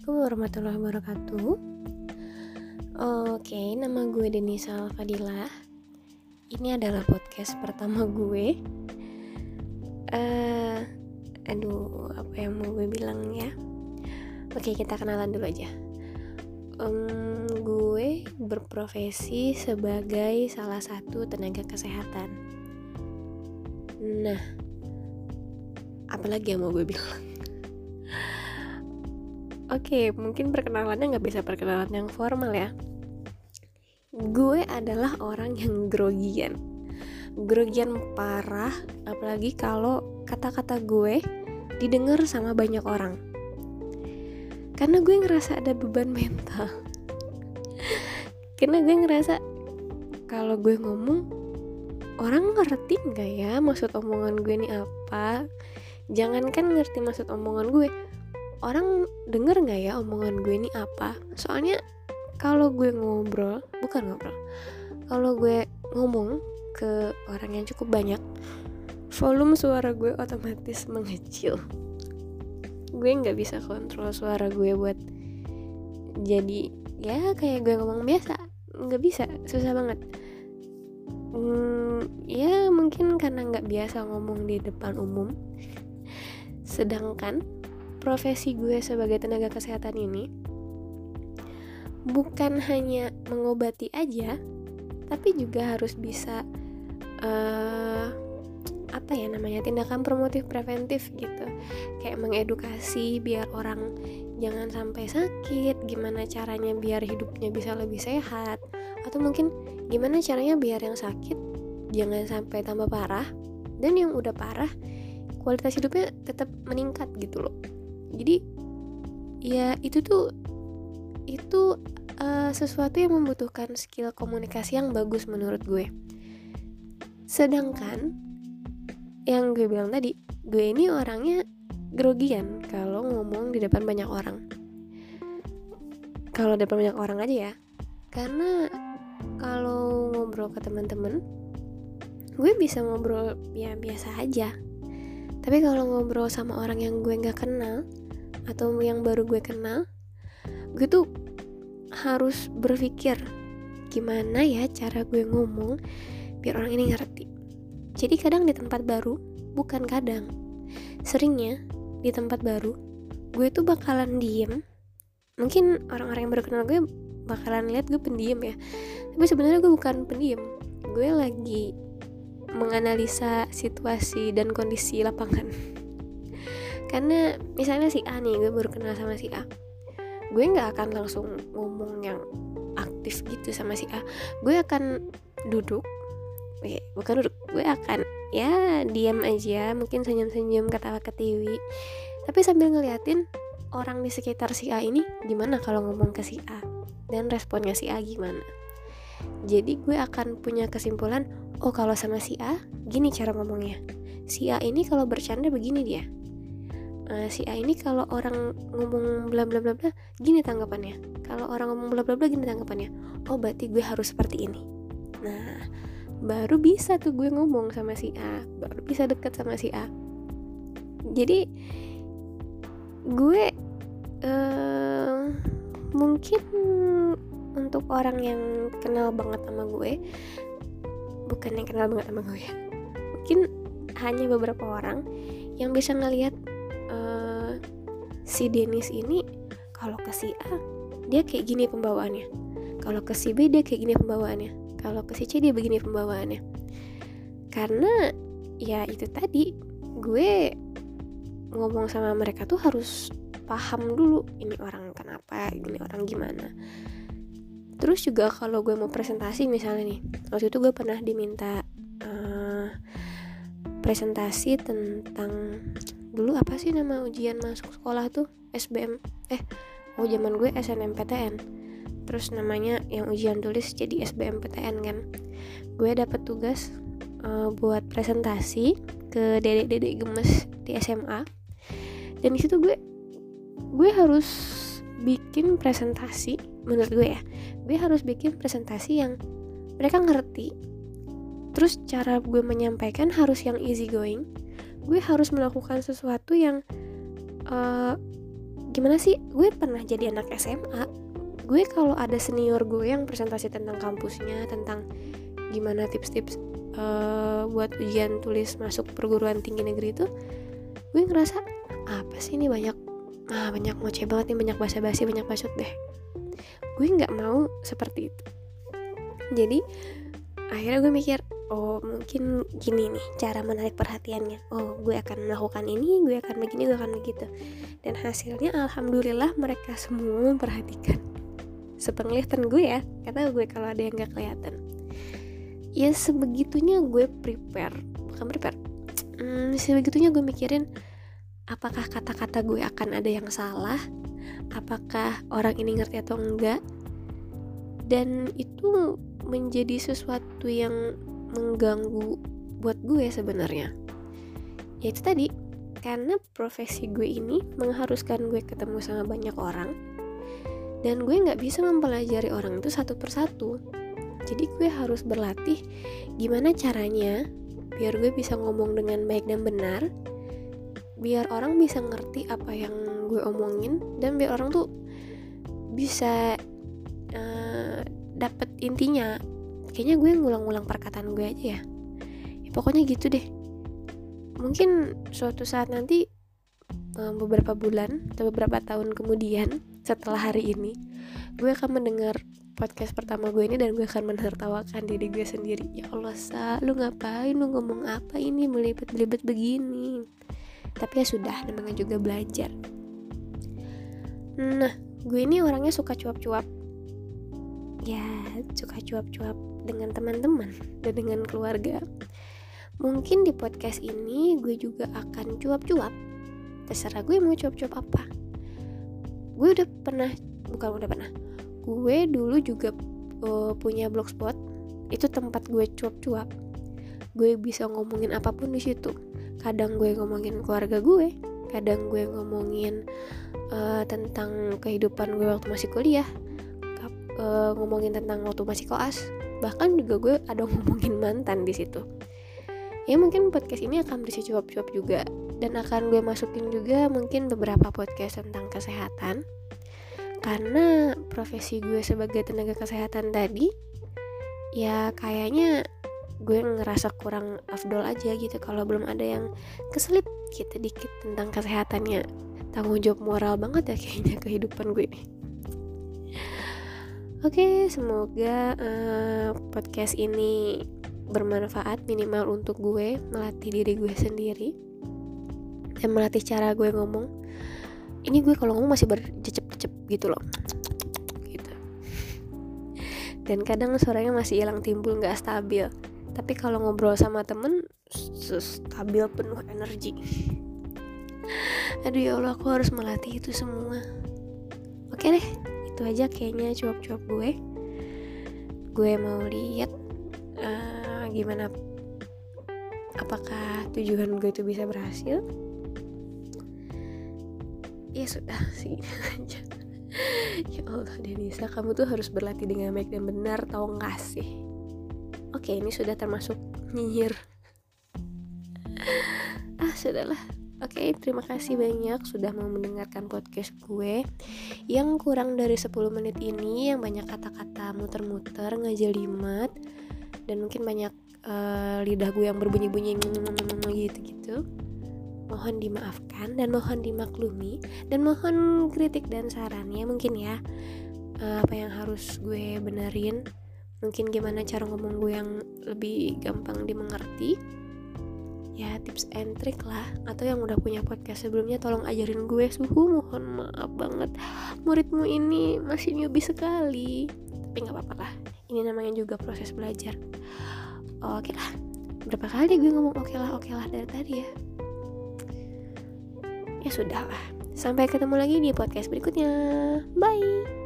Assalamualaikum warahmatullahi wabarakatuh. Oke, nama gue Denisa Fadilah. Ini adalah podcast pertama gue. Apa yang mau gue bilang ya? Oke, kita kenalan dulu aja. Gue berprofesi sebagai salah satu tenaga kesehatan. Nah, apalagi yang mau gue bilang? Oke, mungkin perkenalannya gak bisa perkenalan yang formal ya. Gue adalah orang yang grogian parah, apalagi kalau kata-kata gue didengar sama banyak orang. Karena gue ngerasa ada beban mental. Karena gue ngerasa kalau gue ngomong, orang ngerti gak ya maksud omongan gue ini apa? Jangankan ngerti maksud omongan gue, orang denger gak ya omongan gue ini apa? Soalnya kalau gue kalau gue ngomong ke orang yang cukup banyak, volume suara gue otomatis mengecil. Gue gak bisa kontrol suara gue buat jadi ya kayak gue ngomong biasa. Gak bisa, susah banget. Ya mungkin karena gak biasa ngomong di depan umum. Sedangkan profesi gue sebagai tenaga kesehatan ini bukan hanya mengobati aja, tapi juga harus bisa tindakan promotif preventif gitu, kayak mengedukasi biar orang jangan sampai sakit, gimana caranya biar hidupnya bisa lebih sehat, atau mungkin gimana caranya biar yang sakit jangan sampai tambah parah, dan yang udah parah kualitas hidupnya tetap meningkat gitu loh. Jadi ya itu sesuatu yang membutuhkan skill komunikasi yang bagus menurut gue. Sedangkan yang gue bilang tadi, gue ini orangnya grogian kalau ngomong di depan banyak orang. Kalau depan banyak orang aja ya. Karena kalau ngobrol ke teman-teman, gue bisa ngobrol ya biasa aja. Tapi kalau ngobrol sama orang yang gue gak kenal atau yang baru gue kenal, gue tuh harus berpikir gimana ya cara gue ngomong biar orang ini ngerti. Jadi seringnya di tempat baru gue tuh bakalan diem. Mungkin orang-orang yang baru kenal gue bakalan lihat gue pendiam ya, tapi sebenarnya gue bukan pendiam. Gue lagi menganalisa situasi dan kondisi lapangan. Karena misalnya si A nih, gue baru kenal sama si A, gue gak akan langsung ngomong yang aktif gitu sama si A. Gue akan gue akan ya diam aja, mungkin senyum-senyum, ketawa-ketiwi, tapi sambil ngeliatin orang di sekitar si A ini gimana kalau ngomong ke si A, dan responnya si A gimana. Jadi gue akan punya kesimpulan, oh kalau sama si A gini cara ngomongnya, si A ini kalau bercanda begini dia, si A ini kalau orang ngomong bla bla bla bla gini tanggapannya, kalau orang ngomong bla bla bla gini tanggapannya. Oh berarti gue harus seperti ini. Nah baru bisa tuh gue ngomong sama si A, baru bisa deket sama si A. Jadi gue mungkin untuk orang yang kenal banget sama gue, bukan yang kenal banget sama gue ya, mungkin hanya beberapa orang yang bisa ngelihat si Denis ini kalau ke si A dia kayak gini pembawaannya, kalau ke si B dia kayak gini pembawaannya, kalau ke si C dia begini pembawaannya. Karena ya itu tadi, gue ngomong sama mereka tuh harus paham dulu ini orang kenapa, ini orang gimana. Terus juga kalau gue mau presentasi misalnya nih, waktu itu gue pernah diminta presentasi tentang, dulu apa sih nama ujian masuk sekolah tuh, zaman gue SNMPTN, terus namanya yang ujian tulis jadi SBMPTN kan. Gue dapet tugas buat presentasi ke dedek-dedek gemes di SMA, dan di situ gue harus bikin presentasi, menurut gue harus bikin presentasi yang mereka ngerti. Terus cara gue menyampaikan harus yang easy going. Gue harus melakukan sesuatu yang gimana sih, gue pernah jadi anak SMA. Gue kalau ada senior gue yang presentasi tentang kampusnya, tentang gimana tips-tips buat ujian tulis masuk perguruan tinggi negeri itu, gue ngerasa apa sih ini banyak ngoceh banget nih, banyak basa-basi, banyak bacot deh. Gue nggak mau seperti itu. Jadi akhirnya gue mikir, oh mungkin gini nih cara menarik perhatiannya. Oh, gue akan melakukan ini, gue akan begini, gue akan begitu. Dan hasilnya alhamdulillah mereka semua memperhatikan. Sepenglihatan gue ya, kata gue kalau ada yang gak kelihatan. Ya sebegitunya gue sebegitunya gue mikirin, apakah kata-kata gue akan ada yang salah, apakah orang ini ngerti atau enggak. Dan itu menjadi sesuatu yang mengganggu buat gue sebenarnya. Ya itu tadi, karena profesi gue ini mengharuskan gue ketemu sama banyak orang, dan gue gak bisa mempelajari orang itu satu persatu. Jadi gue harus berlatih gimana caranya biar gue bisa ngomong dengan baik dan benar, biar orang bisa ngerti apa yang gue omongin, dan biar orang tuh bisa dapet intinya. Kayaknya gue ngulang-ngulang perkataan gue aja ya. Pokoknya gitu deh. Mungkin suatu saat nanti, beberapa bulan atau beberapa tahun kemudian setelah hari ini, gue akan mendengar podcast pertama gue ini dan gue akan menertawakan diri gue sendiri. Ya Allah, Sa, lu ngapain, lu ngomong apa ini, belibet-belibet begini. Tapi ya sudah, namanya juga belajar. Nah, gue ini orangnya suka cuap-cuap. Ya, suka cuap-cuap dengan teman-teman dan dengan keluarga. Mungkin di podcast ini gue juga akan cuap-cuap. Terserah gue mau cuap-cuap apa. Gue Gue dulu juga punya blogspot. Itu tempat gue cuap-cuap. Gue bisa ngomongin apapun di situ. Kadang gue ngomongin keluarga gue, kadang gue ngomongin tentang kehidupan gue waktu masih kuliah, ngomongin tentang waktu masih koas. Bahkan juga gue ada ngomongin mantan di situ. Ya mungkin podcast ini akan berisi cuap-cuap juga, dan akan gue masukin juga mungkin beberapa podcast tentang kesehatan. Karena profesi gue sebagai tenaga kesehatan tadi, ya kayaknya gue ngerasa kurang afdol aja gitu kalau belum ada yang keselip gitu dikit tentang kesehatannya. Tanggung jawab moral banget ya kayaknya kehidupan gue nih. Oke, semoga podcast ini bermanfaat minimal untuk gue, melatih diri gue sendiri dan melatih cara gue ngomong. Ini gue kalau ngomong masih bercecep-cecep gitu loh, gitu. Dan kadang suaranya masih hilang timbul, nggak stabil. Tapi kalau ngobrol sama temen, stabil, penuh energi. Aduh ya Allah, aku harus melatih itu semua. Oke deh, itu aja kayaknya cuap-cuap gue. Gue mau lihat gimana, apakah tujuan gue itu bisa berhasil. Ya sudah sih aja. Ya Allah Denisa, kamu tuh harus berlatih dengan baik dan benar, tau gak sih? Oke, ini sudah termasuk nyinyir. Sudahlah. Oke, terima kasih banyak sudah mau mendengarkan podcast gue yang kurang dari 10 menit ini, yang banyak kata-kata muter-muter, ngejelimet, dan mungkin banyak lidah gue yang berbunyi-bunyi gitu-gitu. Mohon dimaafkan dan mohon dimaklumi, dan mohon kritik dan sarannya mungkin ya. Apa yang harus gue benerin, mungkin gimana cara ngomong gue yang lebih gampang dimengerti. Ya tips and trick lah. Atau yang udah punya podcast sebelumnya, tolong ajarin gue. Mohon maaf banget, muridmu ini masih newbie sekali. Tapi gak apa-apa lah, ini namanya juga proses belajar. Oke lah, berapa kali gue ngomong oke lah dari tadi ya. Ya sudah lah, sampai ketemu lagi di podcast berikutnya. Bye.